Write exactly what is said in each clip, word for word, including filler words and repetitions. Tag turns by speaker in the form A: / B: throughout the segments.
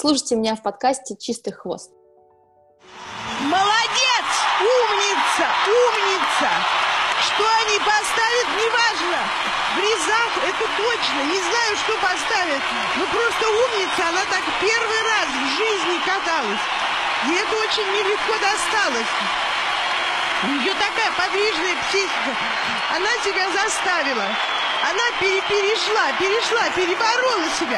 A: Слушайте меня в подкасте «Чистый хвост».
B: Молодец! Умница! Умница! Что они поставят, неважно. В рязах это точно. Не знаю, что поставят. Но просто умница. Она так первый раз в жизни каталась. И это очень нелегко досталось. У нее такая подвижная психика. Она себя заставила. Она пере- перешла, перешла, переборола себя.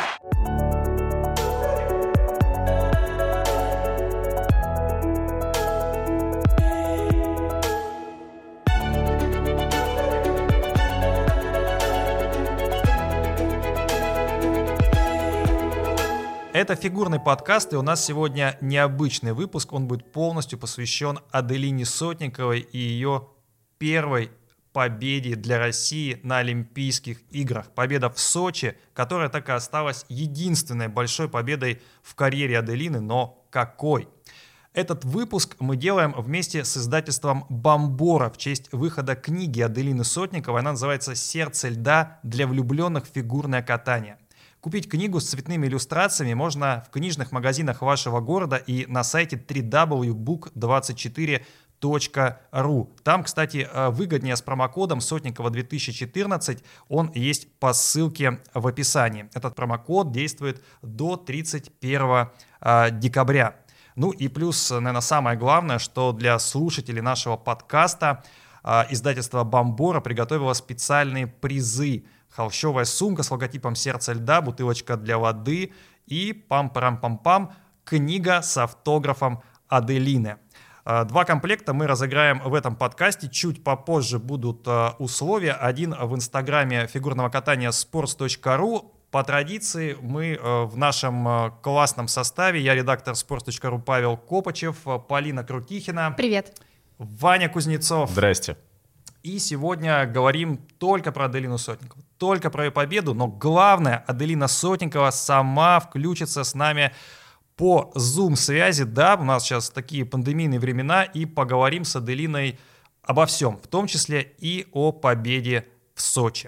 C: Это фигурный подкаст, и у нас сегодня необычный выпуск. Он будет полностью посвящен Аделине Сотниковой и ее первой победе для России на Олимпийских играх. Победа в Сочи, которая так и осталась единственной большой победой в карьере Аделины, но какой? Этот выпуск мы делаем вместе с издательством «Бомбора» в честь выхода книги Аделины Сотниковой. Она называется «Сердце льда для влюбленных в фигурное катание». Купить книгу с цветными иллюстрациями можно в книжных магазинах вашего города и на сайте дабл ю дабл ю дабл ю точка бук двадцать четыре точка ру. Там, кстати, выгоднее с промокодом Сотникова две тысячи четырнадцать. Он есть по ссылке в описании. Этот промокод действует до тридцать первого декабря. Ну и плюс, наверное, самое главное, что для слушателей нашего подкаста издательство «Бомбора» приготовило специальные призы. Холщовая сумка с логотипом «Сердце льда», бутылочка для воды и пам-парам-пам-пам, книга с автографом Аделины. Два комплекта мы разыграем в этом подкасте. Чуть попозже будут условия. Один в инстаграме фигурного катания sports точка ру. По традиции мы в нашем классном составе. Я редактор sports точка ру Павел Копачев, Полина Крутихина.
A: Привет.
C: Ваня Кузнецов.
D: Здрасте.
C: И сегодня говорим только про Аделину Сотникову, только про ее победу, но главное, Аделина Сотникова сама включится с нами по Zoom-связи. Да, у нас сейчас такие пандемийные времена, и поговорим с Аделиной обо всем, в том числе и о победе в Сочи.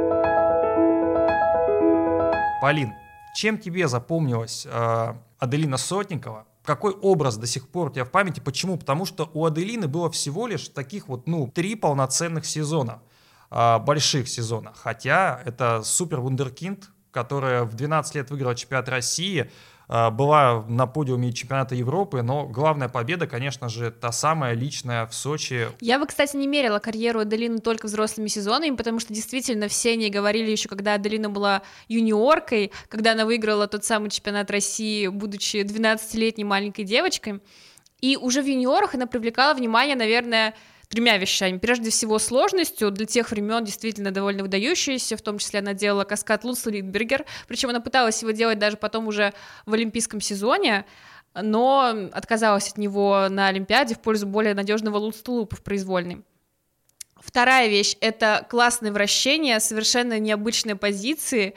C: Полин, чем тебе запомнилась э, Аделина Сотникова? Какой образ до сих пор у тебя в памяти? Почему? Потому что у Аделины было всего лишь таких вот, ну, три полноценных сезона, э, больших сезона. Хотя это супер вундеркинд, которая в двенадцать лет выиграла чемпионат России, э, была на подиуме чемпионата Европы, но главная победа, конечно же, та самая личная в Сочи.
E: Я бы, кстати, не мерила карьеру Аделины только взрослыми сезонами, потому что действительно все они говорили еще, когда Аделина была юниоркой, когда она выиграла тот самый чемпионат России, будучи двенадцатилетней маленькой девочкой, и уже в юниорах она привлекала внимание, наверное, тремя вещами. Прежде всего, сложностью, для тех времен действительно довольно выдающейся, в том числе она делала каскад Луцы Ридбергер, причем она пыталась его делать даже потом уже в олимпийском сезоне, но отказалась от него на Олимпиаде в пользу более надежного луц-тулупа в произвольной. Вторая вещь — это классное вращение, совершенно необычные позиции,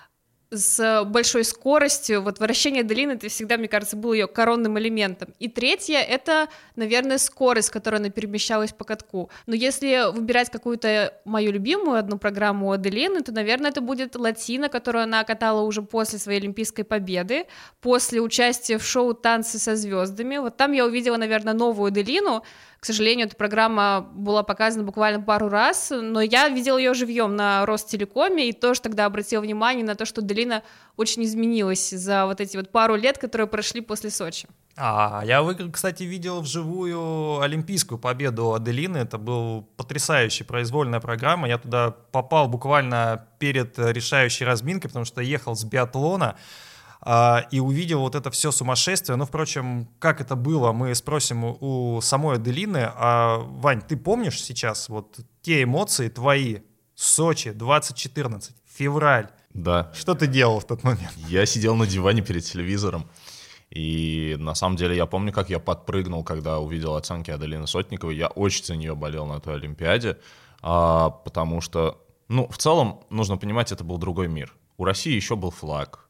E: с большой скоростью. Вот вращение Аделины, это всегда, мне кажется, было ее коронным элементом. И третье — это, наверное, скорость, с которой она перемещалась по катку. Но если выбирать какую-то мою любимую одну программу Аделины, то, наверное, это будет «Латино», которую она катала уже после своей олимпийской победы, после участия в шоу «Танцы со звездами». Вот там я увидела, наверное, новую Аделину. К сожалению, эта программа была показана буквально пару раз, но я видела ее живьем на Ростелекоме и тоже тогда обратила внимание на то, что Аделина очень изменилась за вот эти вот пару лет, которые прошли после Сочи.
C: А, я, кстати, видел вживую олимпийскую победу Аделины. Это была потрясающая произвольная программа. Я туда попал буквально перед решающей разминкой, потому что ехал с биатлона. И увидел вот это все сумасшествие. Ну, впрочем, как это было, мы спросим у самой Аделины. А, Вань, ты помнишь сейчас вот те эмоции твои? Сочи, двадцать четырнадцать, февраль.
D: Да.
C: Что ты делал в тот момент?
D: Я сидел на диване перед телевизором. И на самом деле я помню, как я подпрыгнул, когда увидел оценки Аделины Сотниковой. Я очень за нее болел на той Олимпиаде, потому что, ну, в целом, нужно понимать, это был другой мир. У России еще был флаг.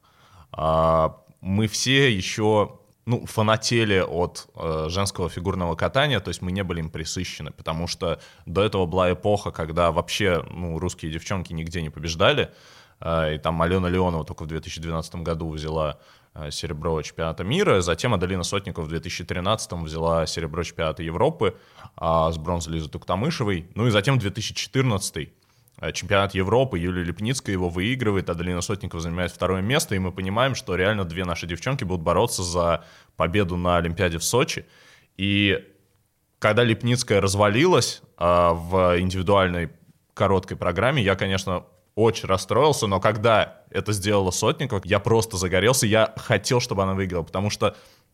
D: Мы все еще, ну, фанатели от э, женского фигурного катания, то есть мы не были им присыщены, потому что до этого была эпоха, когда вообще, ну, русские девчонки нигде не побеждали, э, и там Алена Леонова только в две тысячи двенадцатом году взяла серебро чемпионата мира. Затем Аделина Сотникова в две тысячи тринадцатом взяла серебро чемпионата Европы а с бронзой Лизы Туктамышевой. Ну и затем две тысячи четырнадцатый чемпионат Европы, Юлия Липницкая его выигрывает, Аделина Сотникова занимает второе место, и мы понимаем, что реально две наши девчонки будут бороться за победу на Олимпиаде в Сочи. И когда Липницкая развалилась а, в индивидуальной короткой программе, я, конечно, очень расстроился, но когда это сделала Сотникова, я просто загорелся, я хотел, чтобы она выиграла, потому что,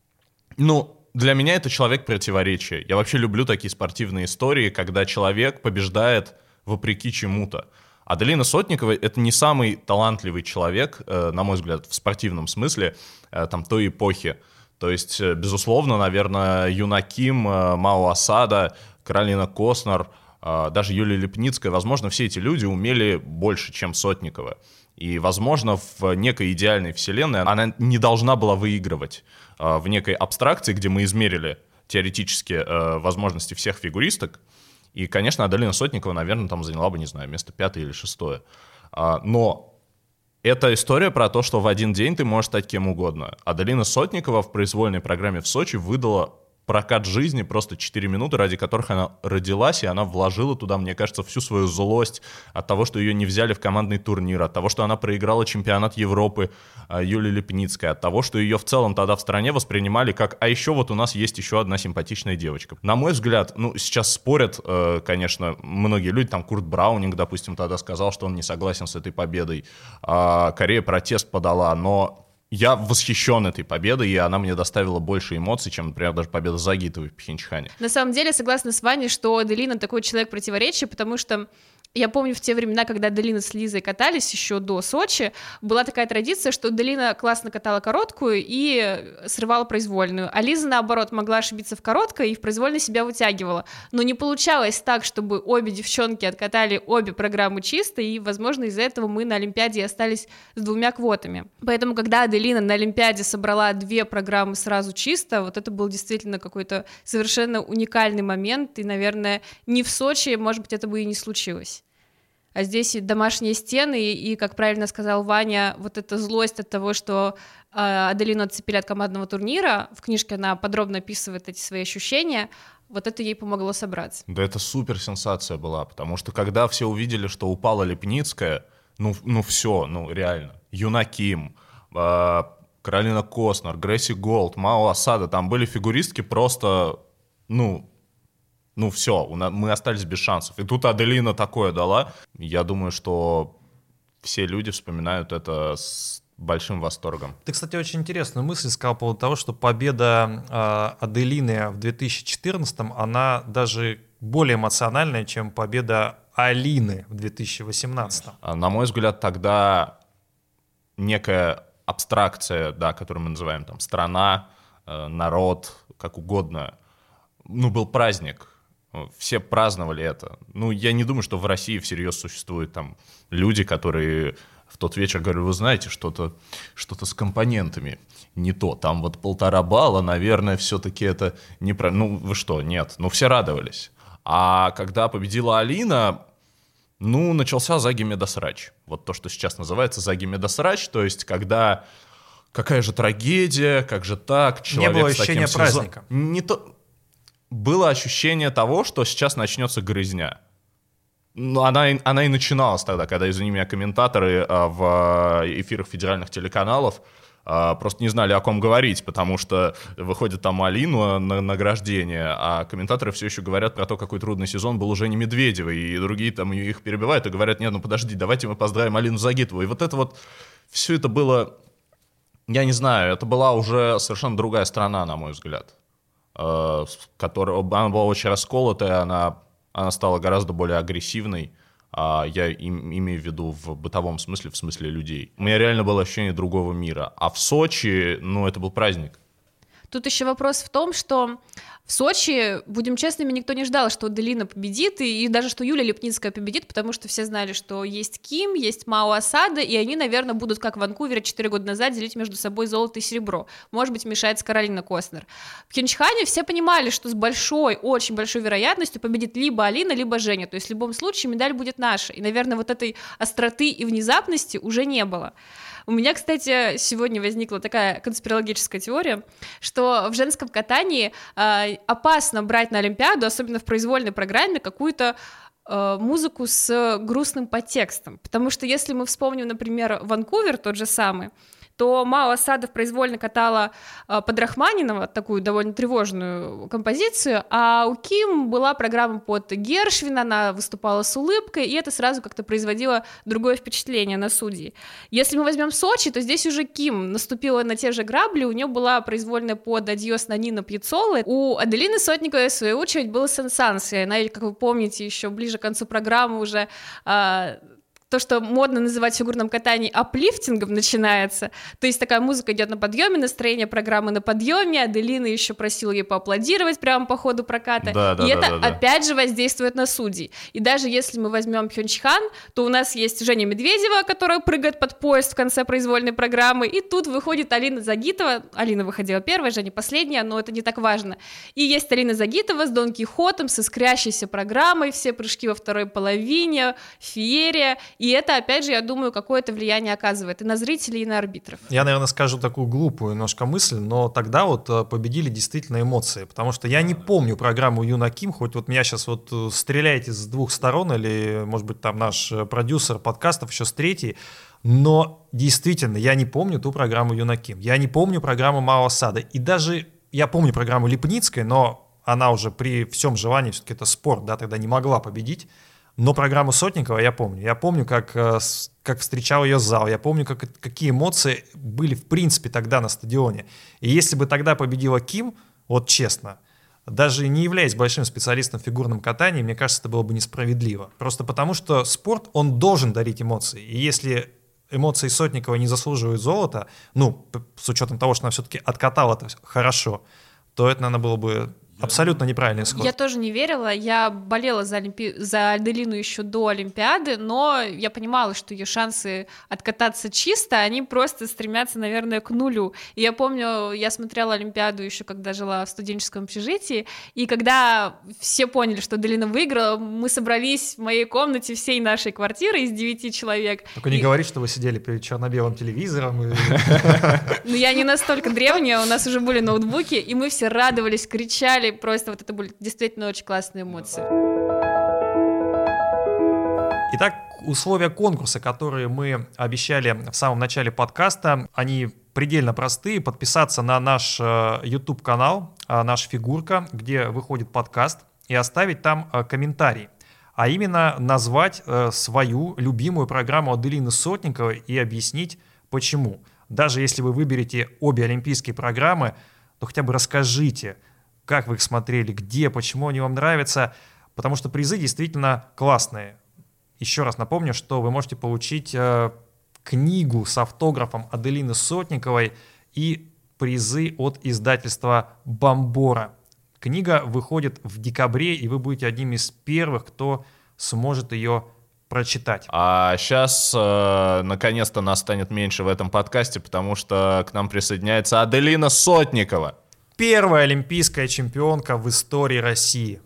D: ну, для меня это человек противоречия. Я вообще люблю такие спортивные истории, когда человек побеждает вопреки чему-то. Аделина Сотникова — это не самый талантливый человек, э, на мой взгляд, в спортивном смысле, э, там, той эпохи. То есть, э, безусловно, наверное, Юна Ким, э, Мао Осада, Каролина Костнер, э, даже Юлия Липницкая, возможно, все эти люди умели больше, чем Сотникова. И, возможно, в некой идеальной вселенной она не должна была выигрывать. Э, в некой абстракции, где мы измерили теоретически э, возможности всех фигуристок. И, конечно, Аделина Сотникова, наверное, там заняла бы, не знаю, место пятое или шестое. Но это история про то, что в один день ты можешь стать кем угодно. Аделина Сотникова в произвольной программе в Сочи выдала прокат жизни, просто четыре минуты, ради которых она родилась, и она вложила туда, мне кажется, всю свою злость от того, что ее не взяли в командный турнир, от того, что она проиграла чемпионат Европы Юлии Липницкой, от того, что ее в целом тогда в стране воспринимали как «а еще вот у нас есть еще одна симпатичная девочка». На мой взгляд, ну, сейчас спорят, конечно, многие люди, там Курт Браунинг, допустим, тогда сказал, что он не согласен с этой победой, Корея протест подала, но я восхищен этой победой, и она мне доставила больше эмоций, чем, например, даже победа Загитовой в Пхенчхане.
E: На самом деле, согласна с Ваней, что Аделина такой человек противоречия, потому что я помню в те времена, когда Аделина с Лизой катались еще до Сочи, была такая традиция, что Аделина классно катала короткую и срывала произвольную, а Лиза, наоборот, могла ошибиться в короткой и в произвольной себя вытягивала. Но не получалось так, чтобы обе девчонки откатали обе программы чисто, и, возможно, из-за этого мы на Олимпиаде остались с двумя квотами. Поэтому, когда Аделина на Олимпиаде собрала две программы сразу чисто, вот это был действительно какой-то совершенно уникальный момент, и, наверное, не в Сочи, может быть, это бы и не случилось. А здесь и домашние стены, и, и, как правильно сказал Ваня, вот эта злость от того, что э, Аделину отцепили от командного турнира, в книжке она подробно описывает эти свои ощущения, вот это ей помогло собраться.
D: Да это супер сенсация была, потому что когда все увидели, что упала Липницкая, ну, ну все, ну реально, Юна Ким, э, Каролина Костнер, Грейси Голд, Мао Осада, там были фигуристки просто, ну... Ну все, мы остались без шансов. И тут Аделина такое дала. Я думаю, что все люди вспоминают это с большим восторгом.
C: Ты, кстати, очень интересную мысль сказал по поводу того, что победа э, Аделины в две тысячи четырнадцатом, она даже более эмоциональная, чем победа Алины в две тысячи восемнадцатом.
D: На мой взгляд, тогда некая абстракция, да, которую мы называем там страна, э, народ, как угодно, ну, был праздник. Все праздновали это. Ну, я не думаю, что в России всерьез существуют там люди, которые в тот вечер говорят, вы знаете, что-то что-то с компонентами не то. Там вот полтора балла, наверное, все-таки это неправильно. Ну, вы что, нет. Ну, все радовались. А когда победила Алина, ну, начался Заги-Медосрач. Вот то, что сейчас называется Заги-Медосрач, то есть когда какая же трагедия, как же так, человек
C: не было
D: с таким
C: ощущения
D: сезон...
C: праздника.
D: Не то... Было ощущение того, что сейчас начнется грызня. Ну, она, она и начиналась тогда, когда, извини меня, комментаторы а, в эфирах федеральных телеканалов а, просто не знали, о ком говорить, потому что выходит там Алину на награждение, а комментаторы все еще говорят про то, какой трудный сезон был у Жени Медведевой, и другие там их перебивают и говорят, нет, ну подожди, давайте мы поздравим Алину Загитову. И вот это вот, все это было, я не знаю, это была уже совершенно другая страна, на мой взгляд. Которая, она была очень расколотая, она, она стала гораздо более агрессивной, а я им, имею в виду в бытовом смысле, в смысле людей. У меня реально было ощущение другого мира. А в Сочи, ну, это был праздник.
E: Тут еще вопрос в том, что в Сочи, будем честными, никто не ждал, что Аделина победит, и, и даже что Юлия Липницкая победит, потому что все знали, что есть Ким, есть Мао Осада, и они, наверное, будут, как в Ванкувере четыре года назад, делить между собой золото и серебро. Может быть, мешается Каролина Костнер. В Пхенчхане все понимали, что с большой, очень большой вероятностью победит либо Алина, либо Женя, то есть в любом случае медаль будет наша, и, наверное, вот этой остроты и внезапности уже не было. У меня, кстати, сегодня возникла такая конспирологическая теория, что в женском катании э, опасно брать на Олимпиаду, особенно в произвольной программе, какую-то э, музыку с грустным подтекстом. Потому что если мы вспомним, например, Ванкувер тот же самый, то Мао Асадов произвольно катала э, под Рахманинова такую довольно тревожную композицию, а у Ким была программа под Гершвина, она выступала с улыбкой, и это сразу как-то производило другое впечатление на судей. Если мы возьмем Сочи, то здесь уже Ким наступила на те же грабли, у нее была произвольная под «Адьос» на Нино Пьяццолы. У Аделины Сотниковой, в свою очередь, был «Сен-Санс», и она, как вы помните, еще ближе к концу программы уже... Э, то, что модно называть в фигурном катании аплифтингом, начинается. То есть такая музыка идет на подъеме, настроение программы на подъеме, Аделина еще просила ей поаплодировать прямо по ходу проката,
D: да, да,
E: и
D: да,
E: это
D: да, да.
E: опять же воздействует на судей. И даже если мы возьмем Пхенчхан, то у нас есть Женя Медведева, которая прыгает под поезд в конце произвольной программы, и тут выходит Алина Загитова, Алина выходила первая, Женя последняя, но это не так важно. И есть Алина Загитова с Дон Кихотом, с искрящейся программой, все прыжки во второй половине, феерия. И это, опять же, я думаю, какое-то влияние оказывает и на зрителей, и на арбитров.
C: Я, наверное, скажу такую глупую немножко мысль, но тогда вот победили действительно эмоции, потому что я не помню программу Юна Ким, хоть вот меня сейчас вот стреляете с двух сторон, или, может быть, там наш продюсер подкастов еще с третьей, но действительно, я не помню ту программу Юна Ким, я не помню программу Мао Асада, и даже я помню программу Липницкой, но она уже при всем желании, все-таки это спорт, да, тогда не могла победить. Но программу Сотникова я помню. Я помню, как, как встречал ее зал. Я помню, как, какие эмоции были в принципе тогда на стадионе. И если бы тогда победила Ким, вот честно, даже не являясь большим специалистом в фигурном катании, мне кажется, это было бы несправедливо. Просто потому, что спорт, он должен дарить эмоции. И если эмоции Сотникова не заслуживают золота, ну, с учетом того, что она все-таки откатала это хорошо, то это, наверное, было бы... абсолютно неправильный исход.
E: Я тоже не верила, я болела за, Олимпи... за Аделину еще до Олимпиады, но я понимала, что ее шансы откататься чисто, они просто стремятся, наверное, к нулю. И я помню, я смотрела Олимпиаду еще, когда жила в студенческом общежитии, и когда все поняли, что Аделина выиграла, мы собрались в моей комнате всей нашей квартиры из девяти человек.
C: Только не говори, что вы сидели перед черно-белым телевизором.
E: Ну, я не настолько древняя, у нас уже были ноутбуки, и мы все радовались, кричали, просто вот это были действительно очень классные эмоции.
C: Итак, условия конкурса, которые мы обещали в самом начале подкаста, они предельно простые. Подписаться на наш YouTube-канал, наш «Фигурка», где выходит подкаст, и оставить там комментарий. А именно назвать свою любимую программу Аделины Сотниковой и объяснить, почему. Даже если вы выберете обе олимпийские программы, то хотя бы расскажите, как вы их смотрели, где, почему они вам нравятся, потому что призы действительно классные. Еще раз напомню, что вы можете получить э, книгу с автографом Аделины Сотниковой и призы от издательства «Бомбора». Книга выходит в декабре, и вы будете одним из первых, кто сможет ее прочитать.
D: А сейчас, э, наконец-то, нас станет меньше в этом подкасте, потому что к нам присоединяется Аделина Сотникова.
C: Первая олимпийская чемпионка в истории России.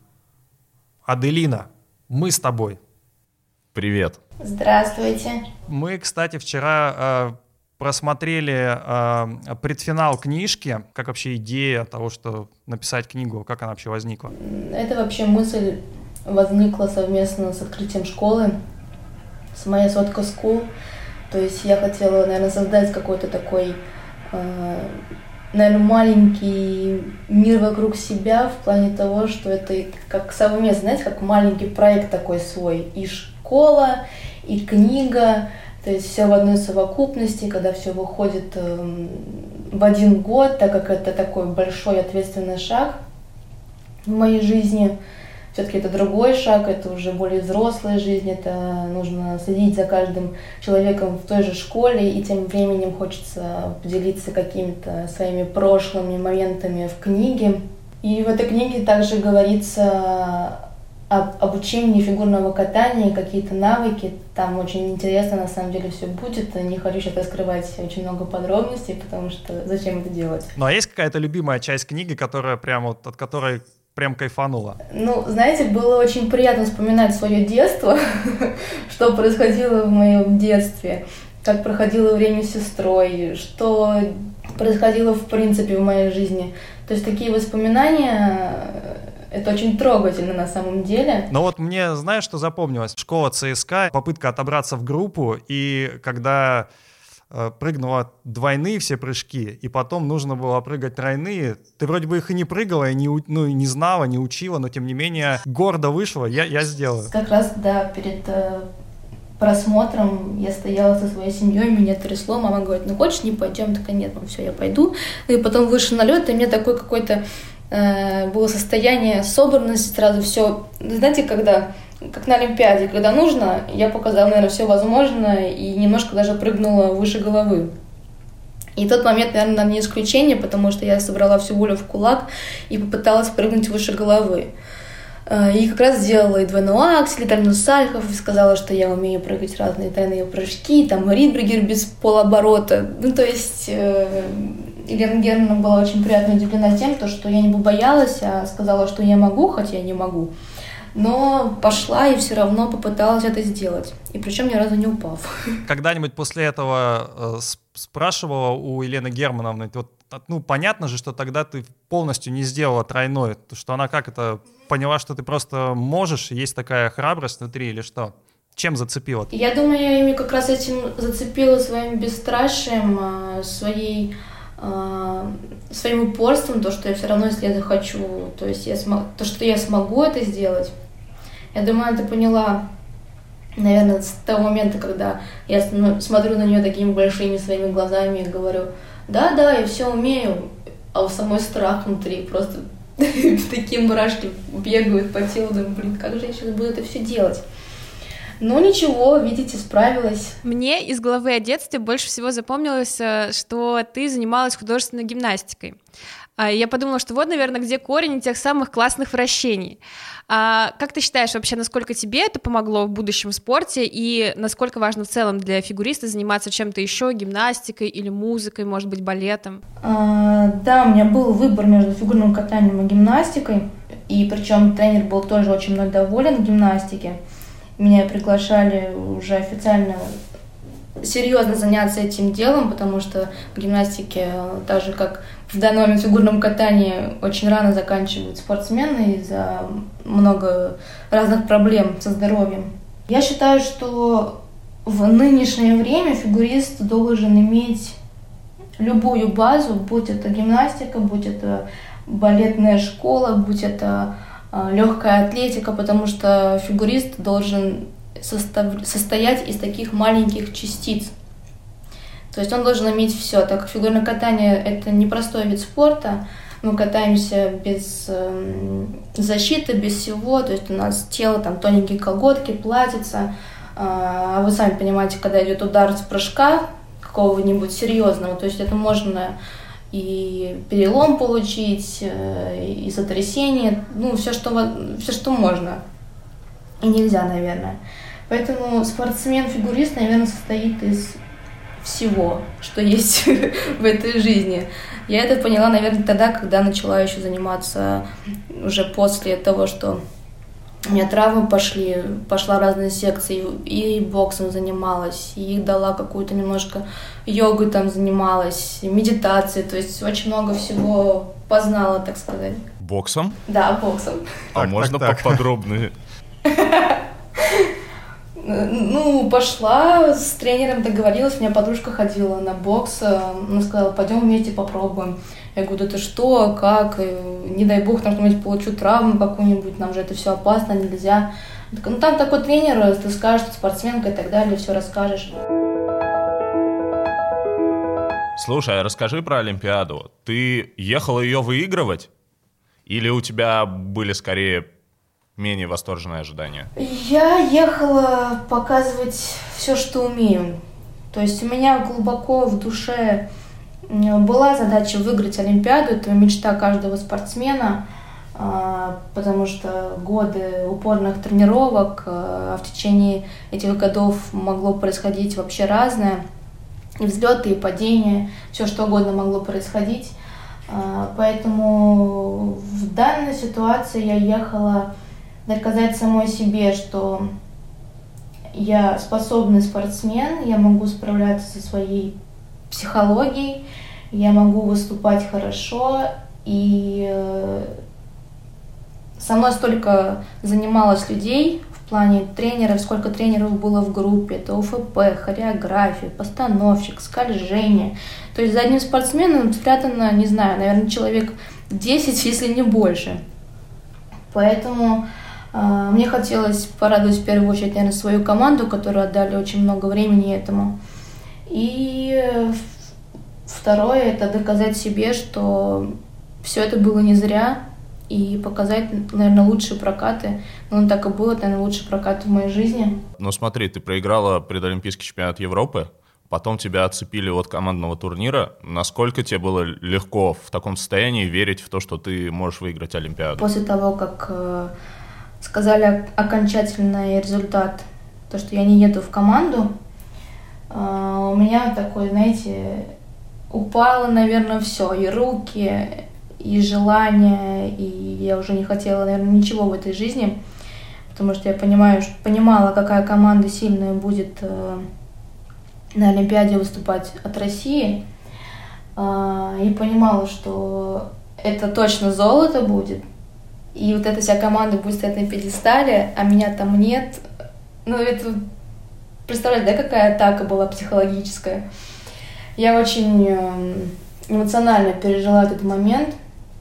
C: Аделина, мы с тобой.
D: Привет.
A: Здравствуйте.
C: Мы, кстати, вчера э, просмотрели э, предфинал книжки. Как вообще идея того, что написать книгу, как она вообще возникла?
A: Это вообще мысль возникла совместно с открытием школы, с моей Сотка School. То есть я хотела, наверное, создать какой-то такой... Э, наверное, маленький мир вокруг себя в плане того, что это как совместно, знаете, как маленький проект такой свой. И школа, и книга, то есть все в одной совокупности, когда все выходит э, в один год, так как это такой большой ответственный шаг в моей жизни. Все-таки это другой шаг, это уже более взрослая жизнь, это нужно следить за каждым человеком в той же школе, и тем временем хочется поделиться какими-то своими прошлыми моментами в книге. И в этой книге также говорится об обучении фигурного катания, какие-то навыки. Там очень интересно на самом деле все будет. Не хочу сейчас раскрывать очень много подробностей, потому что зачем это делать.
C: Ну а есть какая-то любимая часть книги, которая прям вот, от которой прям кайфанула?
A: Ну, знаете, было очень приятно вспоминать свое детство, что происходило в моем детстве. как проходило время с сестрой, что происходило в принципе в моей жизни. То есть такие воспоминания, это очень трогательно на самом деле.
C: Но вот мне, знаешь, что запомнилось? Школа ЦСКА, попытка отобраться в группу, и когда э, прыгнула двойные все прыжки, и потом нужно было прыгать тройные, ты вроде бы их и не прыгала, и не, ну, и не знала, не учила, но тем не менее гордо вышла, я, я сделала.
A: Как раз, да, перед э, просмотром я стояла со своей семьей, меня трясло, мама говорит, ну хочешь, не пойдем? Такая, нет, ну все, я пойду. Ну и потом вышла на лед, и мне такой какой-то было состояние собранности, сразу все, знаете, когда, как на Олимпиаде, когда нужно, я показала, наверное, все возможное и немножко даже прыгнула выше головы. И тот момент, наверное, не исключение, потому что я собрала всю волю в кулак и попыталась прыгнуть выше головы. И как раз сделала и двойной аксель, и тройной сальхов, и сказала, что я умею прыгать разные тройные прыжки, там ридбергер без полоборота. Ну, то есть э, Елена Германовна была очень приятно удивлена тем, что я не побоялась, а сказала, что я могу, хотя я не могу. Но пошла и все равно попыталась это сделать. И причем ни разу не упав.
C: Когда-нибудь после этого э, спрашивала у Елены Германовны, вот, ну, понятно же, что тогда ты полностью не сделала тройной, что она как это поняла, что ты просто можешь, есть такая храбрость внутри или что? Чем зацепила?
A: Я думаю, я ими как раз этим зацепила своим бесстрашием, своей, своим упорством, то, что я все равно, если я захочу, то есть я смог, то, что я смогу это сделать. Я думаю, это поняла, наверное, с того момента, когда я смотрю на нее такими большими своими глазами и говорю, да, да, я все умею, а у самой страх внутри, просто такие мурашки бегают по телу, думаю, блин, как же я сейчас буду это все делать? Ну ничего, видите, справилась.
E: Мне из главы о детстве больше всего запомнилось, что ты занималась художественной гимнастикой. Я подумала, что вот, наверное, где корень тех самых классных вращений. А как ты считаешь вообще, насколько тебе это помогло в будущем в спорте и насколько важно в целом для фигуриста заниматься чем-то еще, гимнастикой или музыкой, может быть, балетом?
A: А, да, у меня был выбор между фигурным катанием и гимнастикой, и причем тренер был тоже очень мной доволен гимнастике. Меня приглашали уже официально серьезно заняться этим делом, потому что в гимнастике, так же как в данный момент в фигурном катании, очень рано заканчивают спортсмены из-за много разных проблем со здоровьем. Я считаю, что в нынешнее время фигурист должен иметь любую базу, будь это гимнастика, будь это балетная школа, будь это легкая атлетика, потому что фигурист должен состав... состоять из таких маленьких частиц. То есть он должен иметь все. Так как фигурное катание – это непростой вид спорта, мы катаемся без э, защиты, без всего, то есть у нас тело, там тоненькие колготки, платьица, а вы сами понимаете, когда идет удар с прыжка какого-нибудь серьезного, то есть это можно и перелом получить, и сотрясение, ну, все, что, все, что можно. И нельзя, наверное. Поэтому спортсмен-фигурист, наверное, состоит из всего, что есть в этой жизни. Я это поняла, наверное, тогда, когда начала еще заниматься уже после того, что у меня травмы пошли, пошла разные секции, и боксом занималась, и дала какую-то немножко йогой там занималась, медитацией, то есть очень много всего познала, так сказать.
D: Боксом?
A: Да, боксом.
D: А
C: так,
D: можно
C: так, так.
D: поподробнее?
A: Ну, пошла, с тренером договорилась, у меня подружка ходила на бокс, она сказала, пойдем вместе попробуем. Я говорю, да ты что, как, не дай бог, там что-нибудь получу травму какую-нибудь, нам же это все опасно, нельзя. Ну там такой тренер, ты скажешь, что спортсменка и так далее, все расскажешь.
D: Слушай, а расскажи про Олимпиаду. Ты ехала ее выигрывать? Или у тебя были скорее менее восторженные ожидания? Я
A: ехала показывать все, что умею. То есть у меня глубоко в душе была задача выиграть Олимпиаду, это мечта каждого спортсмена, потому что годы упорных тренировок, а в течение этих годов могло происходить вообще разное, и взлеты, и падения, все что угодно могло происходить. Поэтому в данной ситуации я ехала доказать самой себе, что я способный спортсмен, я могу справляться со своей психологией, я могу выступать хорошо, и э, со мной столько занималось людей в плане тренеров, сколько тренеров было в группе, это УФП, хореография, постановщик, скольжение. То есть за одним спортсменом спрятано, не знаю, наверное, человек десять, если не больше. Поэтому э, мне хотелось порадовать в первую очередь, наверное, свою команду, которую отдали очень много времени этому. И второе — это доказать себе, что все это было не зря, и показать, наверное, лучшие прокаты. Ну, так и было, это, наверное, лучший прокат в моей жизни.
D: Ну, смотри, ты проиграла предолимпийский чемпионат Европы, потом тебя отцепили от командного турнира. Насколько тебе было легко в таком состоянии верить в то, что ты можешь выиграть Олимпиаду?
A: После того, как э, сказали окончательный результат, то, что я не еду в команду, э, у меня такой, знаете, упало, наверное, все, и руки, и желание, и я уже не хотела, наверное, ничего в этой жизни, потому что я понимаю, что, понимала, какая команда сильная будет э, на Олимпиаде выступать от России, э, и понимала, что это точно золото будет, и вот эта вся команда будет стоять на пьедестале, а меня там нет. Ну, это, представляете, да, какая атака была психологическая. Я очень э, эмоционально пережила этот момент.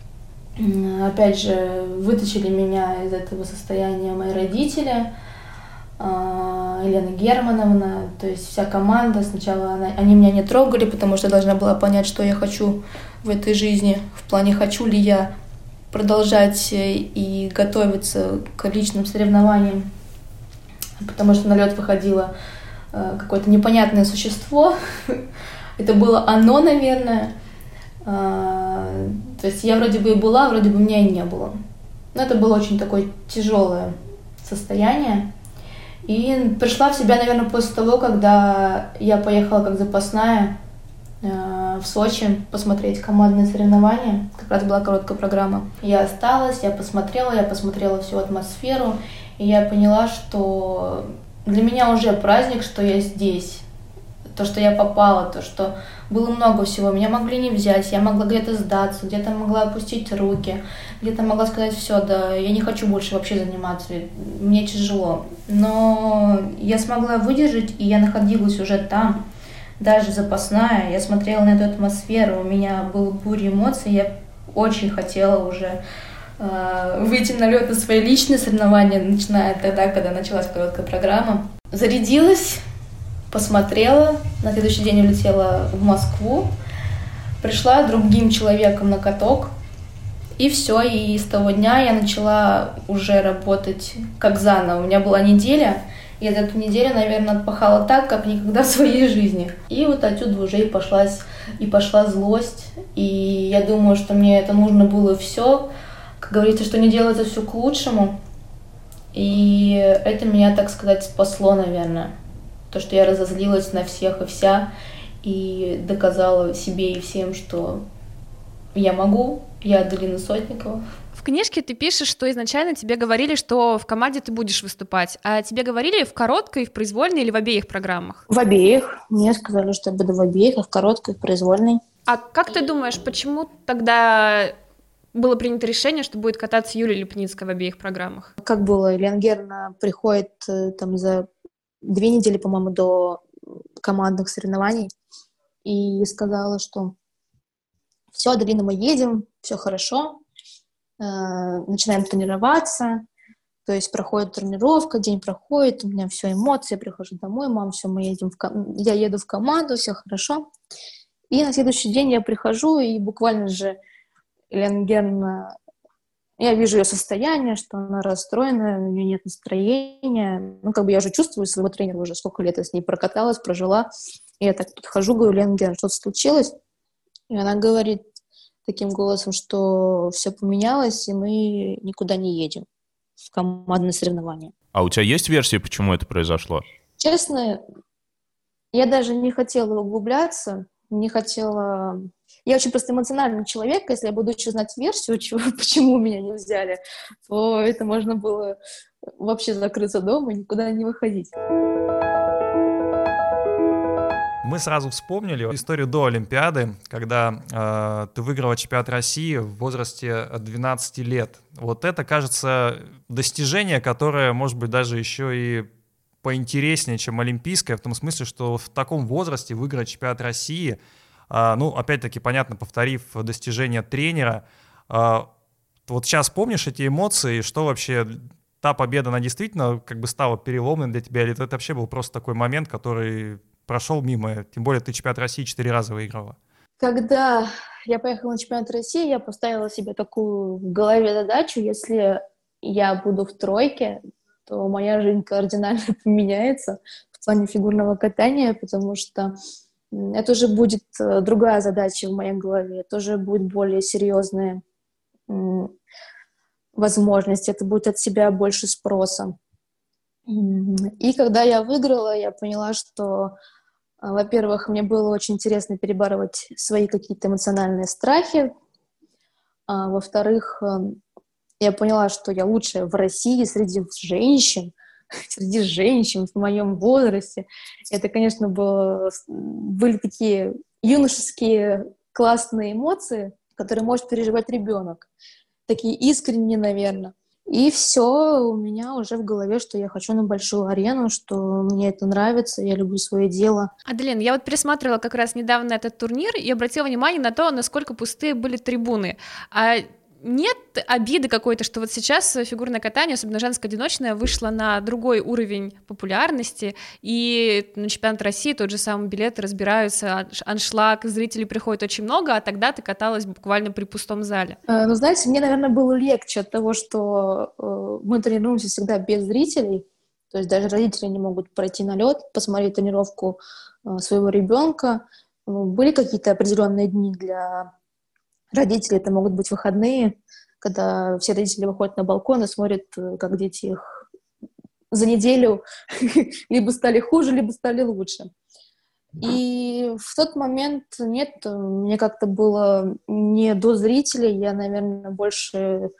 A: Опять же, вытащили меня из этого состояния мои родители, Елена Германовна, то есть вся команда. Сначала она, они меня не трогали, потому что я должна была понять, что я хочу в этой жизни, в плане, хочу ли я продолжать и готовиться к личным соревнованиям, потому что на лед выходило какое-то непонятное существо. Это было оно, наверное. То есть я вроде бы и была, вроде бы меня и не было. Но это было очень такое тяжелое состояние. И пришла в себя, наверное, после того, когда я поехала как запасная в Сочи посмотреть командные соревнования. Как раз была короткая программа. Я осталась, я посмотрела, я посмотрела всю атмосферу, и я поняла, что для меня уже праздник, что я здесь. То, что я попала, то, что было много всего. Меня могли не взять, я могла где-то сдаться, где-то могла опустить руки, где-то могла сказать: все, да, я не хочу больше вообще заниматься, мне тяжело. Но я смогла выдержать, и я находилась уже там, даже запасная. Я смотрела на эту атмосферу, у меня был буря эмоций, я очень хотела уже э, выйти на лед на свои личные соревнования, начиная тогда, когда началась короткая программа. Зарядилась, посмотрела, на следующий день улетела в Москву, пришла другим человеком на каток, и все, и с того дня я начала уже работать как заново. У меня была неделя, и за эту неделю, наверное, отпахала так, как никогда в своей жизни. И вот отсюда уже и пошла, и пошла злость, и я думаю, что мне это нужно было все, как говорится, что не делается все к лучшему, и это меня, так сказать, спасло, наверное. То, что я разозлилась на всех и вся, и доказала себе и всем, что я могу, я Аделина Сотникова.
E: В книжке ты пишешь, что изначально тебе говорили, что в команде ты будешь выступать, а тебе говорили в короткой, в произвольной или в обеих программах?
A: В обеих. Мне сказали, что я буду в обеих, и в короткой, и в произвольной.
E: А как ты думаешь, почему тогда было принято решение, что будет кататься Юлия Липницкая в обеих программах?
A: Как было, Елена Германовна приходит там за две недели, по-моему, до командных соревнований и сказала, что все, Аделина, мы едем, все хорошо, э, начинаем тренироваться, то есть проходит тренировка, день проходит, у меня все эмоции, я прихожу домой, мам, все, мы едем в ком... я еду в команду, все хорошо. И на следующий день я прихожу, и буквально же Елена Германовна, я вижу ее состояние, что она расстроена, у нее нет настроения. Ну, как бы я уже чувствую своего тренера, уже сколько лет я с ней прокаталась, прожила. И я так подхожу, говорю: Лена Германовна, что-то случилось? И она говорит таким голосом, что все поменялось, и мы никуда не едем в командные соревнования.
D: А у тебя есть версия, почему это произошло?
A: Честно, я даже не хотела углубляться, не хотела... Я очень просто эмоциональный человек, если я буду еще знать версию, чего, почему меня не взяли, то это можно было вообще закрыться дома и никуда не выходить.
C: мы сразу вспомнили историю до Олимпиады, когда э, ты выиграла чемпионат России в возрасте двенадцати лет. Вот это, кажется, достижение, которое, может быть, даже еще и поинтереснее, чем олимпийское, в том смысле, что в таком возрасте выиграть чемпионат России, э, ну, опять-таки, понятно, повторив достижения тренера, э, вот сейчас помнишь эти эмоции, что вообще... Та победа, она действительно как бы стала переломной для тебя, или это вообще был просто такой момент, который прошел мимо? Тем более ты чемпионат России четыре раза выиграла.
A: Когда я поехала на чемпионат России, я поставила себе такую в голове задачу: если я буду в тройке, то моя жизнь кардинально поменяется в плане фигурного катания, потому что это уже будет другая задача в моей голове, это уже будет более серьезная возможность, это будет от себя больше спроса. И когда я выиграла, я поняла, что, во-первых, мне было очень интересно перебарывать свои какие-то эмоциональные страхи, а во-вторых, я поняла, что я лучшая в России среди женщин, среди женщин в моем возрасте. Это, конечно, было, были такие юношеские классные эмоции, которые может переживать ребенок. Такие искренние, наверное. И все у меня уже в голове, что я хочу на большую арену, что мне это нравится, я люблю свое дело.
E: Аделин, я вот пересматривала как раз недавно этот турнир и обратила внимание на то, насколько пустые были трибуны. А нет обиды какой-то, что вот сейчас фигурное катание, особенно женское одиночное, вышло на другой уровень популярности, и на чемпионат России тот же самый билеты разбираются, аншлаг, зрителей приходит очень много, а тогда ты каталась буквально при пустом зале.
A: Э, ну, знаете, мне, наверное, было легче от того, что э, мы тренируемся всегда без зрителей, то есть даже родители не могут пройти на лед, посмотреть тренировку э, своего ребенка. Ну, были какие-то определенные дни для родители, это могут быть выходные, когда все родители выходят на балкон и смотрят, как дети их за неделю либо стали хуже, либо стали лучше. И в тот момент нет, мне как-то было не до зрителей, я, наверное, больше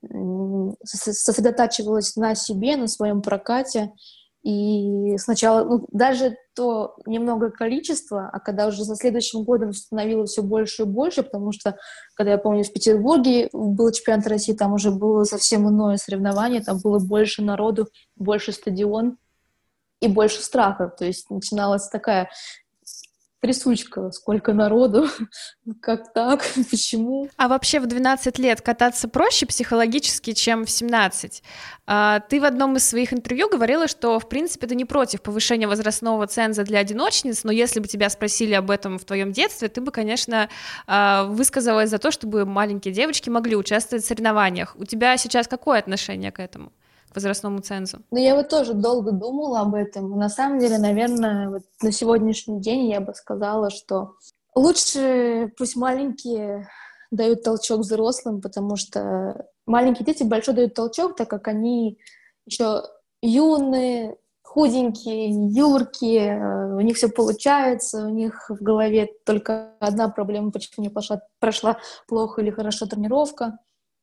A: сосредотачивалась на себе, на своем прокате. И сначала, ну, даже то немного количество, а когда уже со следующим годом становилось все больше и больше, потому что, когда я помню, в Петербурге был чемпионат России, там уже было совсем иное соревнование, там было больше народу, больше стадион и больше страха. То есть начиналась такая трясучка, сколько народу, как так, почему.
E: А вообще в двенадцать лет кататься проще психологически, чем в семнадцать? А, ты в одном из своих интервью говорила, что, в принципе, ты не против повышения возрастного ценза для одиночниц, но если бы тебя спросили об этом в твоем детстве, ты бы, конечно, высказалась за то, чтобы маленькие девочки могли участвовать в соревнованиях. У тебя сейчас какое отношение к этому? Возрастному цензу?
A: Ну, я вот тоже долго думала об этом. На самом деле, наверное, вот на сегодняшний день я бы сказала, что лучше пусть маленькие дают толчок взрослым, потому что маленькие дети большой дают толчок, так как они еще юные, худенькие, юркие, у них все получается, у них в голове только одна проблема, почему не пошла, прошла плохо или хорошо тренировка.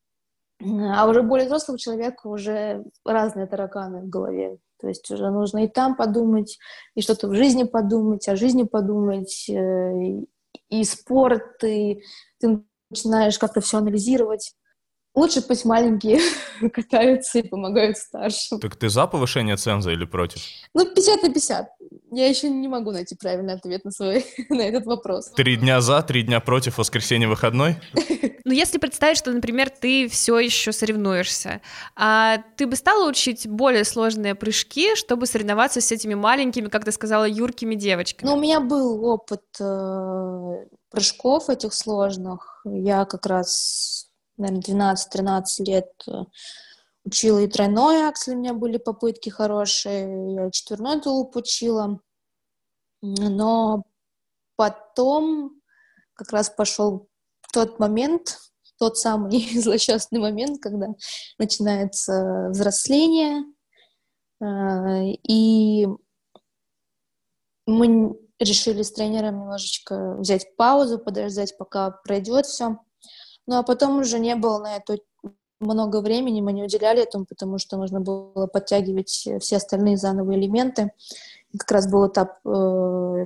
A: А уже более взрослого человека уже разные тараканы в голове. То есть уже нужно и там подумать, и что-то в жизни подумать, о жизни подумать, и, и спорт, и ты начинаешь как-то все анализировать. Лучше пусть маленькие катаются и помогают старшим.
D: Так ты за повышение ценза или против?
A: Ну, пятьдесят на пятьдесят. Я еще не могу найти правильный ответ на, свой, на этот вопрос.
D: Три дня за, три дня против, воскресенье выходной?
E: Ну, если представить, что, например, ты все еще соревнуешься, а ты бы стала учить более сложные прыжки, чтобы соревноваться с этими маленькими, как ты сказала, юркими девочками?
A: Ну, у меня был опыт э, прыжков этих сложных. Я как раз, наверное, двенадцать-тринадцать лет учила и тройной аксель, у меня были попытки хорошие, я четверной тулуп учила. Но потом как раз пошел тот момент, тот самый злосчастный момент, когда начинается взросление, и мы решили с тренером немножечко взять паузу, подождать, пока пройдет все. Ну, а потом уже не было на это много времени, мы не уделяли этому, потому что нужно было подтягивать все остальные заново элементы. Как раз был этап э,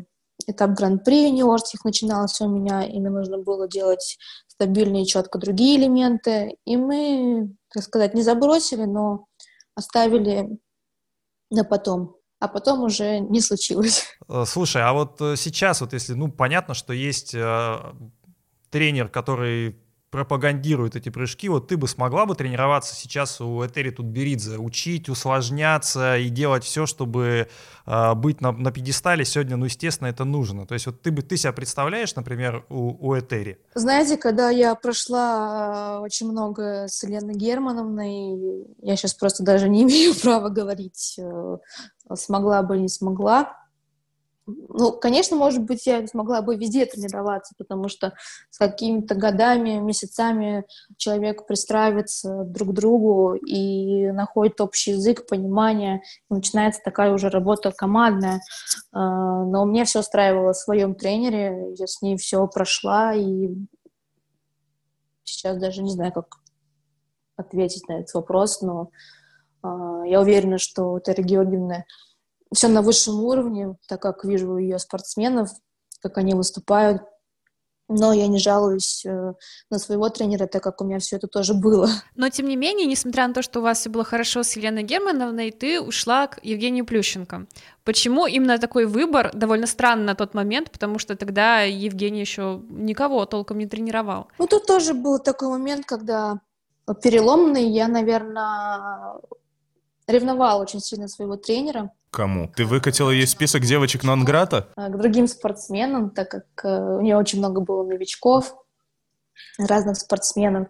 A: этап гран-при юниорских начинался у меня, и мне нужно было делать стабильно и четко другие элементы. И мы, так сказать, не забросили, но оставили на потом. А потом уже не случилось.
C: Слушай, а вот сейчас, вот если, ну, понятно, что есть э, тренер, который пропагандирует эти прыжки, вот ты бы смогла бы тренироваться сейчас у Этери Тутберидзе, учить, усложняться и делать все, чтобы э, быть на, на пьедестале сегодня, ну, естественно, это нужно. То есть вот ты бы, ты себя представляешь, например, у, у Этери?
A: Знаете, когда я прошла очень много с Еленой Германовной, я сейчас просто даже не имею права говорить, смогла бы, не смогла. Ну, конечно, может быть, я смогла бы везде тренироваться, потому что с какими-то годами, месяцами человек пристраивается друг к другу и находит общий язык, понимание, и начинается такая уже работа командная. Но мне все устраивало в своем тренере, я с ней все прошла, и сейчас даже не знаю, как ответить на этот вопрос, но я уверена, что Этери Георгиевна все на высшем уровне, так как вижу ее спортсменов, как они выступают. Но я не жалуюсь э, на своего тренера, так как у меня все это тоже было.
E: Но, тем не менее, несмотря на то, что у вас все было хорошо с Еленой Германовной, ты ушла к Евгению Плющенко. Почему именно такой выбор? Довольно странно на тот момент, потому что тогда Евгений еще никого толком не тренировал.
A: Ну, тут тоже был такой момент, когда переломный, я, наверное, ревновала очень сильно своего тренера.
D: Кому? Ты выкатила ей список девочек Нонграта?
A: К другим спортсменам, так как у нее очень много было новичков, разных спортсменов.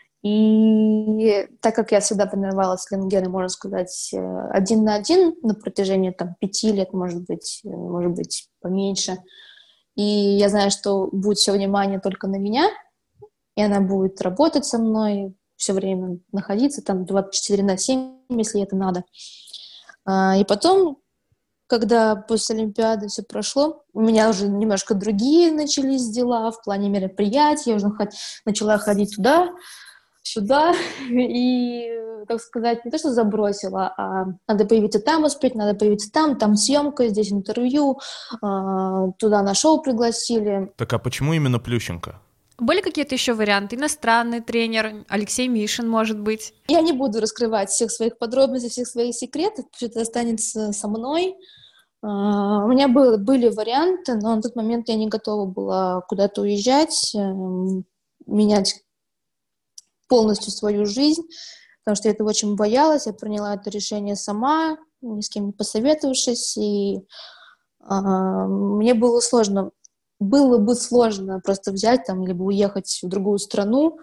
A: И так как я всегда тренировалась с Ленгеной, можно сказать, один на один на протяжении там, пяти лет, может быть, может быть, поменьше. И я знаю, что будет все внимание только на меня, и она будет работать со мной, все время находиться там двадцать четыре на семь, если это надо. И потом, когда после Олимпиады все прошло, у меня уже немножко другие начались дела в плане мероприятий, я уже начала ходить туда, сюда, и, так сказать, не то, что забросила, а надо появиться там успеть, надо появиться там, там съемка, здесь интервью, туда на шоу пригласили.
D: Так а почему именно Плющенко?
E: Были какие-то еще варианты? Иностранный тренер, Алексей Мишин, может быть?
A: Я не буду раскрывать всех своих подробностей, всех своих секретов, все это останется со мной. У меня было, были варианты, но на тот момент я не готова была куда-то уезжать, менять полностью свою жизнь, потому что я этого очень боялась. Я приняла это решение сама, ни с кем не посоветовавшись, и а, мне было сложно. Было бы сложно просто взять там, либо уехать в другую страну,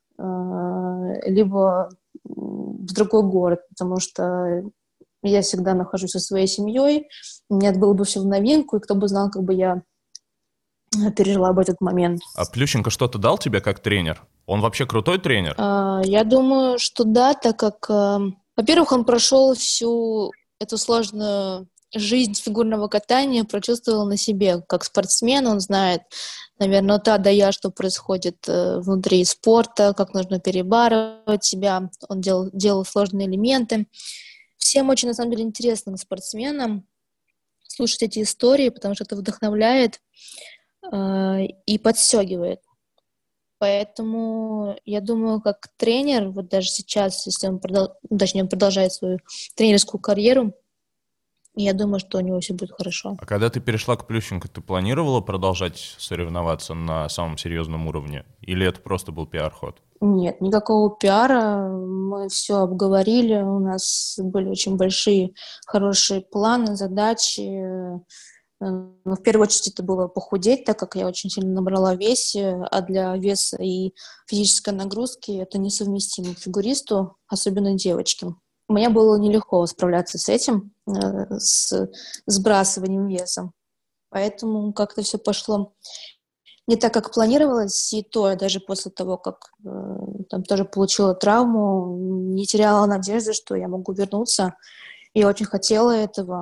A: либо в другой город, потому что я всегда нахожусь со своей семьей, у меня было бы все в новинку, и кто бы знал, как бы я пережила бы этот момент.
D: А Плющенко что-то дал тебе как тренер? Он вообще крутой тренер?
A: Я думаю, что да, так как, во-первых, он прошел всю эту сложную жизнь фигурного катания, прочувствовал на себе. Как спортсмен он знает, наверное, от А до Я, что происходит внутри спорта, как нужно перебарывать себя. Он делал, делал сложные элементы. Всем очень, на самом деле, интересно спортсменам слушать эти истории, потому что это вдохновляет э, и подстегивает. Поэтому я думаю, как тренер, вот даже сейчас, если он, продол- точнее, он продолжает свою тренерскую карьеру, я думаю, что у него все будет хорошо.
D: А когда ты перешла к Плющенко, ты планировала продолжать соревноваться на самом серьезном уровне? Или это просто был пиар-ход?
A: Нет, никакого пиара. Мы все обговорили. У нас были очень большие, хорошие планы, задачи. Но в первую очередь это было похудеть, так как я очень сильно набрала в весе, а для веса и физической нагрузки это несовместимо фигуристу, особенно девочке. Мне было нелегко справляться с этим, с сбрасыванием веса. Поэтому как-то все пошло не так, как планировалось. И то, даже после того, как там тоже получила травму, не теряла надежды, что я могу вернуться. И очень хотела этого.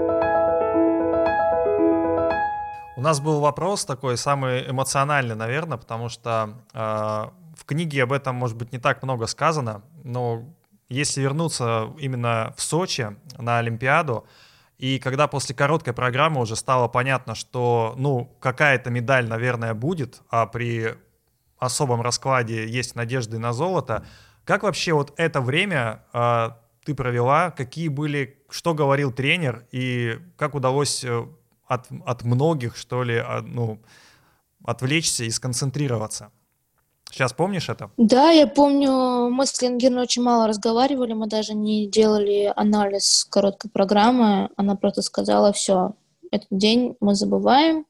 C: У нас был вопрос такой, самый эмоциональный, наверное, потому что э, в книге об этом, может быть, не так много сказано, но если вернуться именно в Сочи на Олимпиаду, И когда после короткой программы уже стало понятно, что, ну, какая-то медаль, наверное, будет, а при особом раскладе есть надежды на золото, как вообще вот это время э, ты провела, какие были, что говорил тренер, и как удалось от, от многих, что ли, от, ну, отвлечься и сконцентрироваться? Сейчас помнишь это?
A: Да, я помню, мы с Ленгерной очень мало разговаривали, мы даже не делали анализ короткой программы. Она просто сказала: все, этот день мы забываем,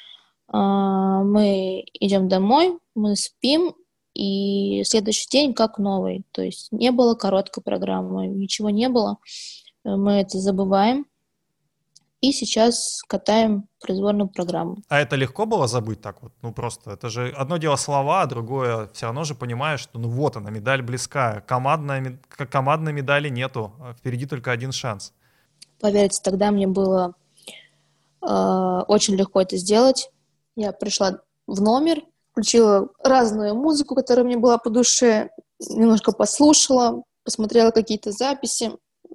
A: мы идем домой, мы спим, и следующий день как новый. То есть не было короткой программы, ничего не было, мы это забываем. И сейчас катаем произвольную программу.
C: А это легко было забыть так вот? Ну просто, это же одно дело слова, а другое все равно же понимаешь, что ну вот она, медаль близка. Командной, командной медали нету, впереди только один шанс.
A: Поверьте, тогда мне было э, очень легко это сделать. Я пришла в номер, включила разную музыку, которая мне была по душе, немножко послушала, посмотрела какие-то записи,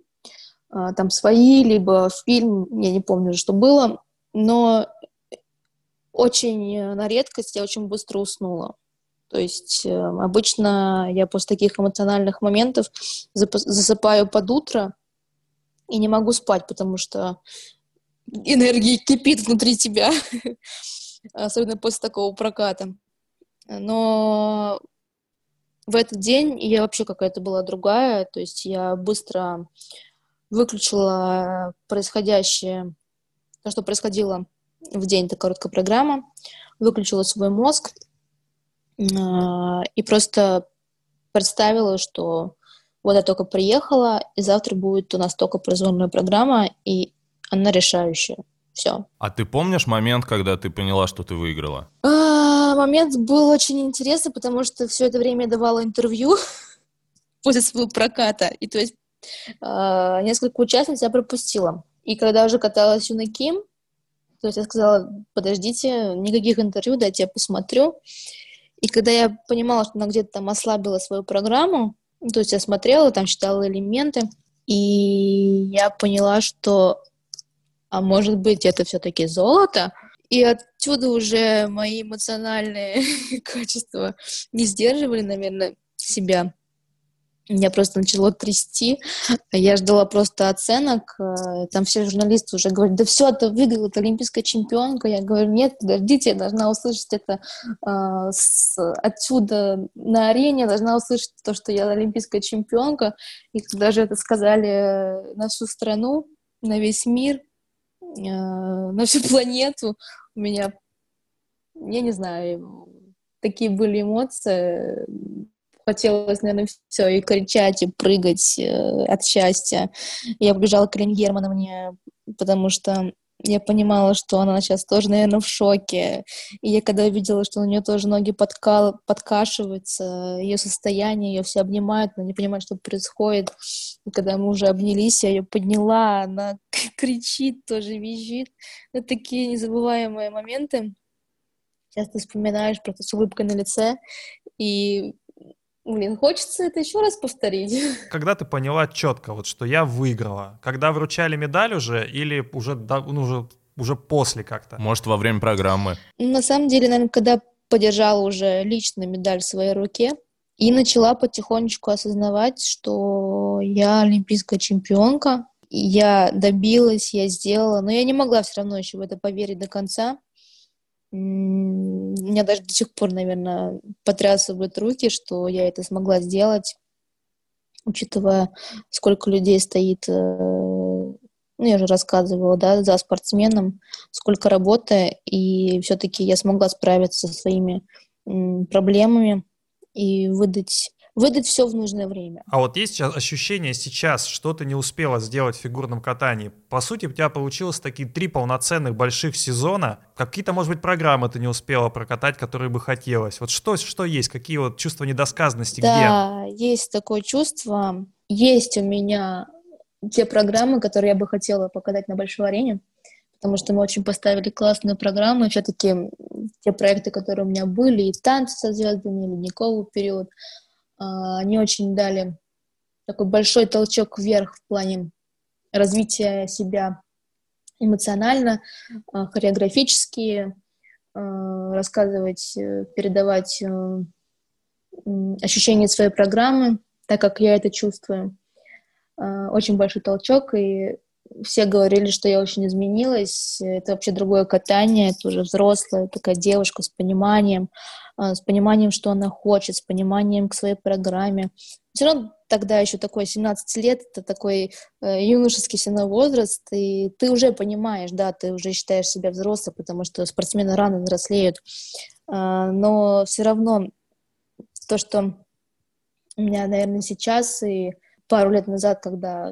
A: там свои, либо фильм, я не помню, что было, но очень на редкость я очень быстро уснула. То есть э, обычно я после таких эмоциональных моментов зап- засыпаю под утро и не могу спать, потому что энергия кипит внутри тебя, особенно после такого проката. Но в этот день я вообще какая-то была другая, то есть я быстро выключила происходящее, то, что происходило в день этой короткой программы, выключила свой мозг э, и просто представила, что вот я только приехала, и завтра будет у нас только произвольная программа, и она решающая. Все.
D: А ты помнишь момент, когда ты поняла, что ты выиграла?
A: А, момент был очень интересный, потому что все это время я давала интервью после своего проката, и то есть Uh, несколько участниц я пропустила. И когда уже каталась Юна Ким, то есть я сказала: подождите, никаких интервью, дайте я посмотрю. И когда я понимала, что она где-то там ослабила свою программу, то есть я смотрела, там читала элементы, и я поняла, что, а может быть, это все-таки золото. И отсюда уже мои эмоциональные качества не сдерживали, наверное, себя. Меня просто начало трясти, я ждала просто оценок, там все журналисты уже говорят: да все, ты выиграла, ты олимпийская чемпионка. Я говорю: нет, подождите, я должна услышать это э, с, отсюда на арене, я должна услышать то, что я олимпийская чемпионка. И когда же это сказали на всю страну, на весь мир, э, на всю планету, у меня, я не знаю, такие были эмоции. Хотелось, наверное, все, и кричать, и прыгать э, от счастья. Я побежала к Элине Германовне, потому что я понимала, что она сейчас тоже, наверное, в шоке. И я когда увидела, что у нее тоже ноги подкал, подкашиваются, ее состояние, ее все обнимают, она не понимает, что происходит. И когда мы уже обнялись, я ее подняла, она кричит, тоже визжит. Это такие незабываемые моменты. Сейчас ты вспоминаешь просто с улыбкой на лице, и блин, хочется это еще раз повторить.
C: Когда ты поняла четко, вот, что я выиграла? Когда вручали медаль уже или уже, ну, уже, уже после как-то?
D: Может, во время программы?
A: На самом деле, наверное, когда подержала уже лично медаль в своей руке и начала потихонечку осознавать, что я олимпийская чемпионка, я добилась, я сделала, но я не могла все равно еще в это поверить до конца. У меня даже до сих пор, наверное, потрясывают руки, что я это смогла сделать, учитывая, сколько людей стоит, ну, я уже рассказывала, да, за спортсменом, сколько работы, и все-таки я смогла справиться со своими проблемами и выдать выдать все в нужное время.
C: А вот есть ощущение сейчас, что ты не успела сделать в фигурном катании? По сути, у тебя получилось такие три полноценных больших сезона. Какие-то, может быть, программы ты не успела прокатать, которые бы хотелось. Вот что, что есть? Какие вот чувства недосказанности?
A: Да,
C: где?
A: Есть такое чувство. Есть у меня те программы, которые я бы хотела покатать на большой арене, потому что мы очень поставили классную программу. И все-таки те проекты, которые у меня были, и «Танцы со звездами», и «Ледниковый период», они очень дали такой большой толчок вверх в плане развития себя эмоционально, хореографически, рассказывать, передавать ощущения своей программы, так как я это чувствую. Очень большой толчок, и все говорили, что я очень изменилась. Это вообще другое катание, это уже взрослая такая девушка с пониманием, с пониманием, что она хочет, с пониманием к своей программе. Все равно тогда еще такой семнадцать лет, это такой э, юношеский все равно возраст, и ты уже понимаешь, да, ты уже считаешь себя взрослой, потому что спортсмены рано взрослеют. Э, но все равно то, что у меня, наверное, сейчас и пару лет назад, когда,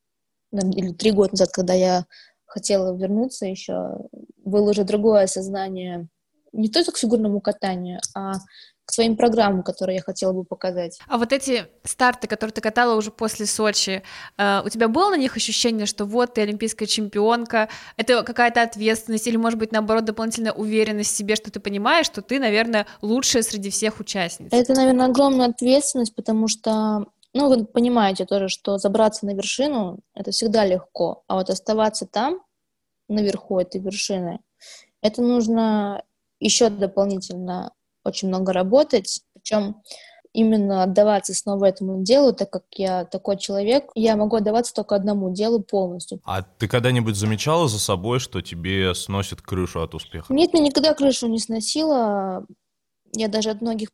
A: или три года назад, когда я хотела вернуться еще, было уже другое осознание не только к фигурному катанию, а к своим программам, которые я хотела бы показать.
E: А вот эти старты, которые ты катала уже после Сочи, э, у тебя было на них ощущение, что вот ты олимпийская чемпионка, это какая-то ответственность или, может быть, наоборот, дополнительная уверенность в себе, что ты понимаешь, что ты, наверное, лучшая среди всех участниц?
A: Это, наверное, огромная ответственность, потому что, ну, вы понимаете тоже, что забраться на вершину — это всегда легко, а вот оставаться там, наверху этой вершины, это нужно еще дополнительно очень много работать, причем именно отдаваться снова этому делу, так как я такой человек, я могу отдаваться только одному делу полностью.
D: А ты когда-нибудь замечала за собой, что тебе сносит крышу от успеха?
A: Нет, меня никогда крышу не сносила. Я даже от многих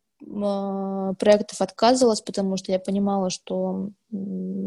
A: э, проектов отказывалась, потому что я понимала, что э,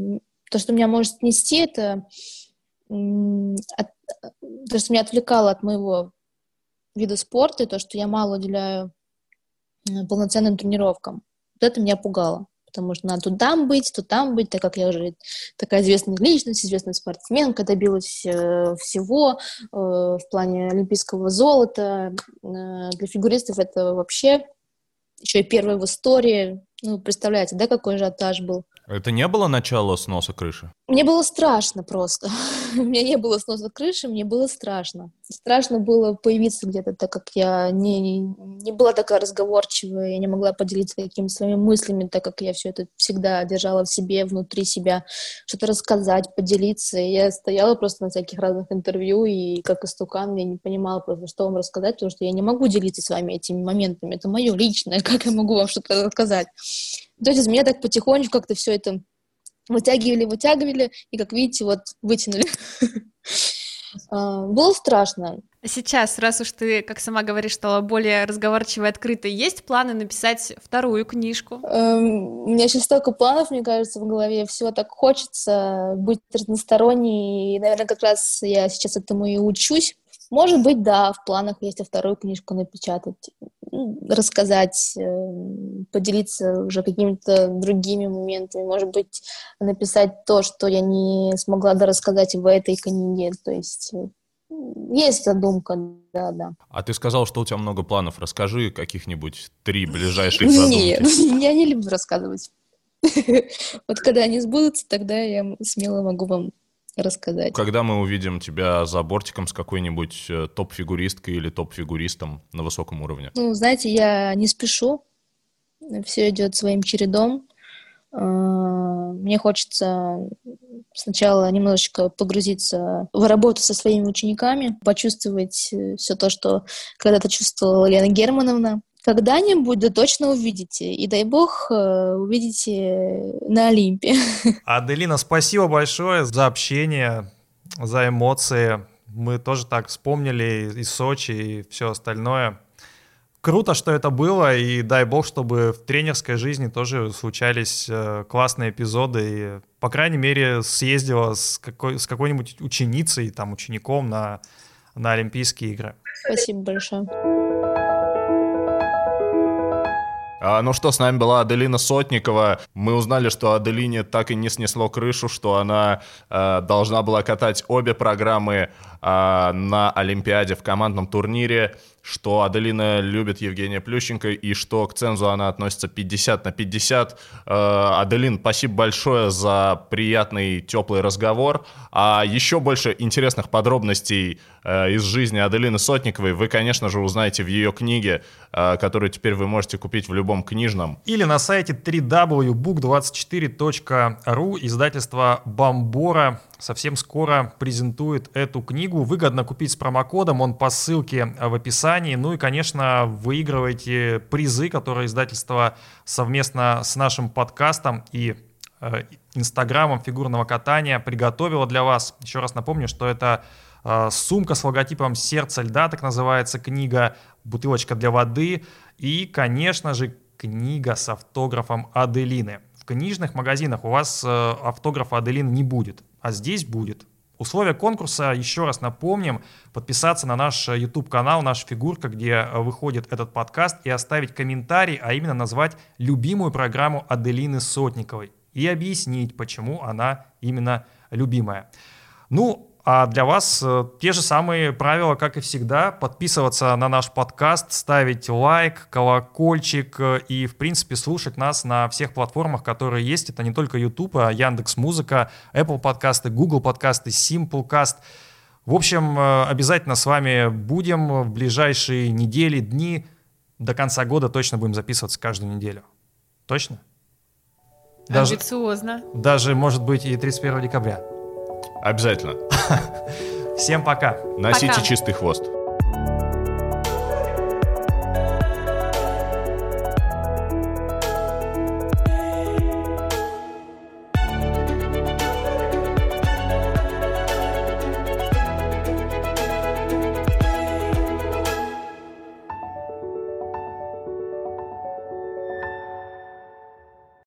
A: то, что меня может снести, это э, от, то, что меня отвлекало от моего вида спорта, и то, что я мало уделяю полноценным тренировкам. Вот это меня пугало, потому что надо тут там быть, тут там быть, так как я уже такая известная личность, известная спортсменка, добилась э, всего э, в плане олимпийского золота. Э, для фигуристов это вообще еще и первое в истории. Ну, представляете, да, какой ажиотаж был?
D: Это не было начало сноса крыши?
A: Мне было страшно просто. У меня не было сноса крыши, мне было страшно. Страшно было появиться где-то, так как я не, не была такая разговорчивая, я не могла поделиться какими-то своими мыслями, так как я все это всегда держала в себе, внутри себя, что-то рассказать, поделиться. И я стояла просто на всяких разных интервью, и как истукан я не понимала просто, что вам рассказать, потому что я не могу делиться с вами этими моментами. Это мое личное, как я могу вам что-то рассказать? То есть из меня так потихонечку как-то все это вытягивали, вытягивали, и, как видите, вот вытянули. Было страшно.
E: Сейчас, раз уж ты, как сама говоришь, стала более разговорчивой, открытой, есть планы написать вторую книжку?
A: У меня сейчас столько планов, мне кажется, в голове. Всего так хочется быть разносторонней, и, наверное, как раз я сейчас этому и учусь. Может быть, да, в планах есть и вторую книжку напечатать, рассказать, поделиться уже какими-то другими моментами, может быть, написать то, что я не смогла дорассказать в этой книге, то есть есть задумка, да, да.
D: А ты сказал, что у тебя много планов, расскажи каких-нибудь три ближайших задумки.
A: Нет, я не люблю рассказывать. Вот когда они сбудутся, тогда я смело могу вам рассказать.
D: Когда мы увидим тебя за бортиком с какой-нибудь топ-фигуристкой или топ-фигуристом на высоком уровне?
A: Ну, знаете, я не спешу, все идет своим чередом. Мне хочется сначала немножечко погрузиться в работу со своими учениками, почувствовать все то, что когда-то чувствовала Лена Германовна. Когда-нибудь, да точно увидите. И дай бог, увидите на Олимпе.
C: Аделина, спасибо большое за общение, за эмоции. Мы тоже так вспомнили и Сочи, и все остальное. Круто, что это было, и дай бог, чтобы в тренерской жизни тоже случались классные эпизоды. И, по крайней мере, съездила с, какой, с какой-нибудь ученицей, там, учеником на, на Олимпийские игры.
A: Спасибо большое.
D: А, ну что, с нами была Аделина Сотникова. Мы узнали, что Аделине так и не снесло крышу, что она э, должна была катать обе программы э, на Олимпиаде в командном турнире, что Аделина любит Евгения Плющенко и что к цензу она относится пятьдесят на пятьдесят. Э, Аделин, спасибо большое за приятный, теплый разговор. А еще больше интересных подробностей э, из жизни Аделины Сотниковой вы, конечно же, узнаете в ее книге, э, которую теперь вы можете купить в любом книжном.
C: Или на сайте дабл ю дабл ю дабл ю точка бук двадцать четыре точка ру издательство «Бомбора» совсем скоро презентует эту книгу. Выгодно купить с промокодом, он по ссылке в описании. Ну и, конечно, выигрывайте призы, которые издательство совместно с нашим подкастом и э, инстаграмом фигурного катания приготовило для вас. Еще раз напомню, что это э, сумка с логотипом «Сердце льда», так называется книга, бутылочка для воды и, конечно же, книга с автографом Аделины. В книжных магазинах у вас э, автографа Аделины не будет, а здесь будет. Условия конкурса, еще раз напомним, подписаться на наш YouTube-канал, наша фигурка, где выходит этот подкаст, и оставить комментарий, а именно назвать любимую программу Аделины Сотниковой и объяснить, почему она именно любимая. Ну, а для вас э, те же самые правила, как и всегда. Подписываться на наш подкаст, ставить лайк, колокольчик э, и, в принципе, слушать нас на всех платформах, которые есть. Это не только YouTube, а Яндекс.Музыка, Apple подкасты, Google подкасты, Simplecast. В общем, э, обязательно с вами будем в ближайшие недели, дни. До конца года точно будем записываться каждую неделю. Точно? Даже,
E: амбициозно.
C: Даже, может быть, и тридцать первого декабря.
D: Обязательно.
C: Всем пока.
D: Носите
E: Пока.
D: чистый хвост.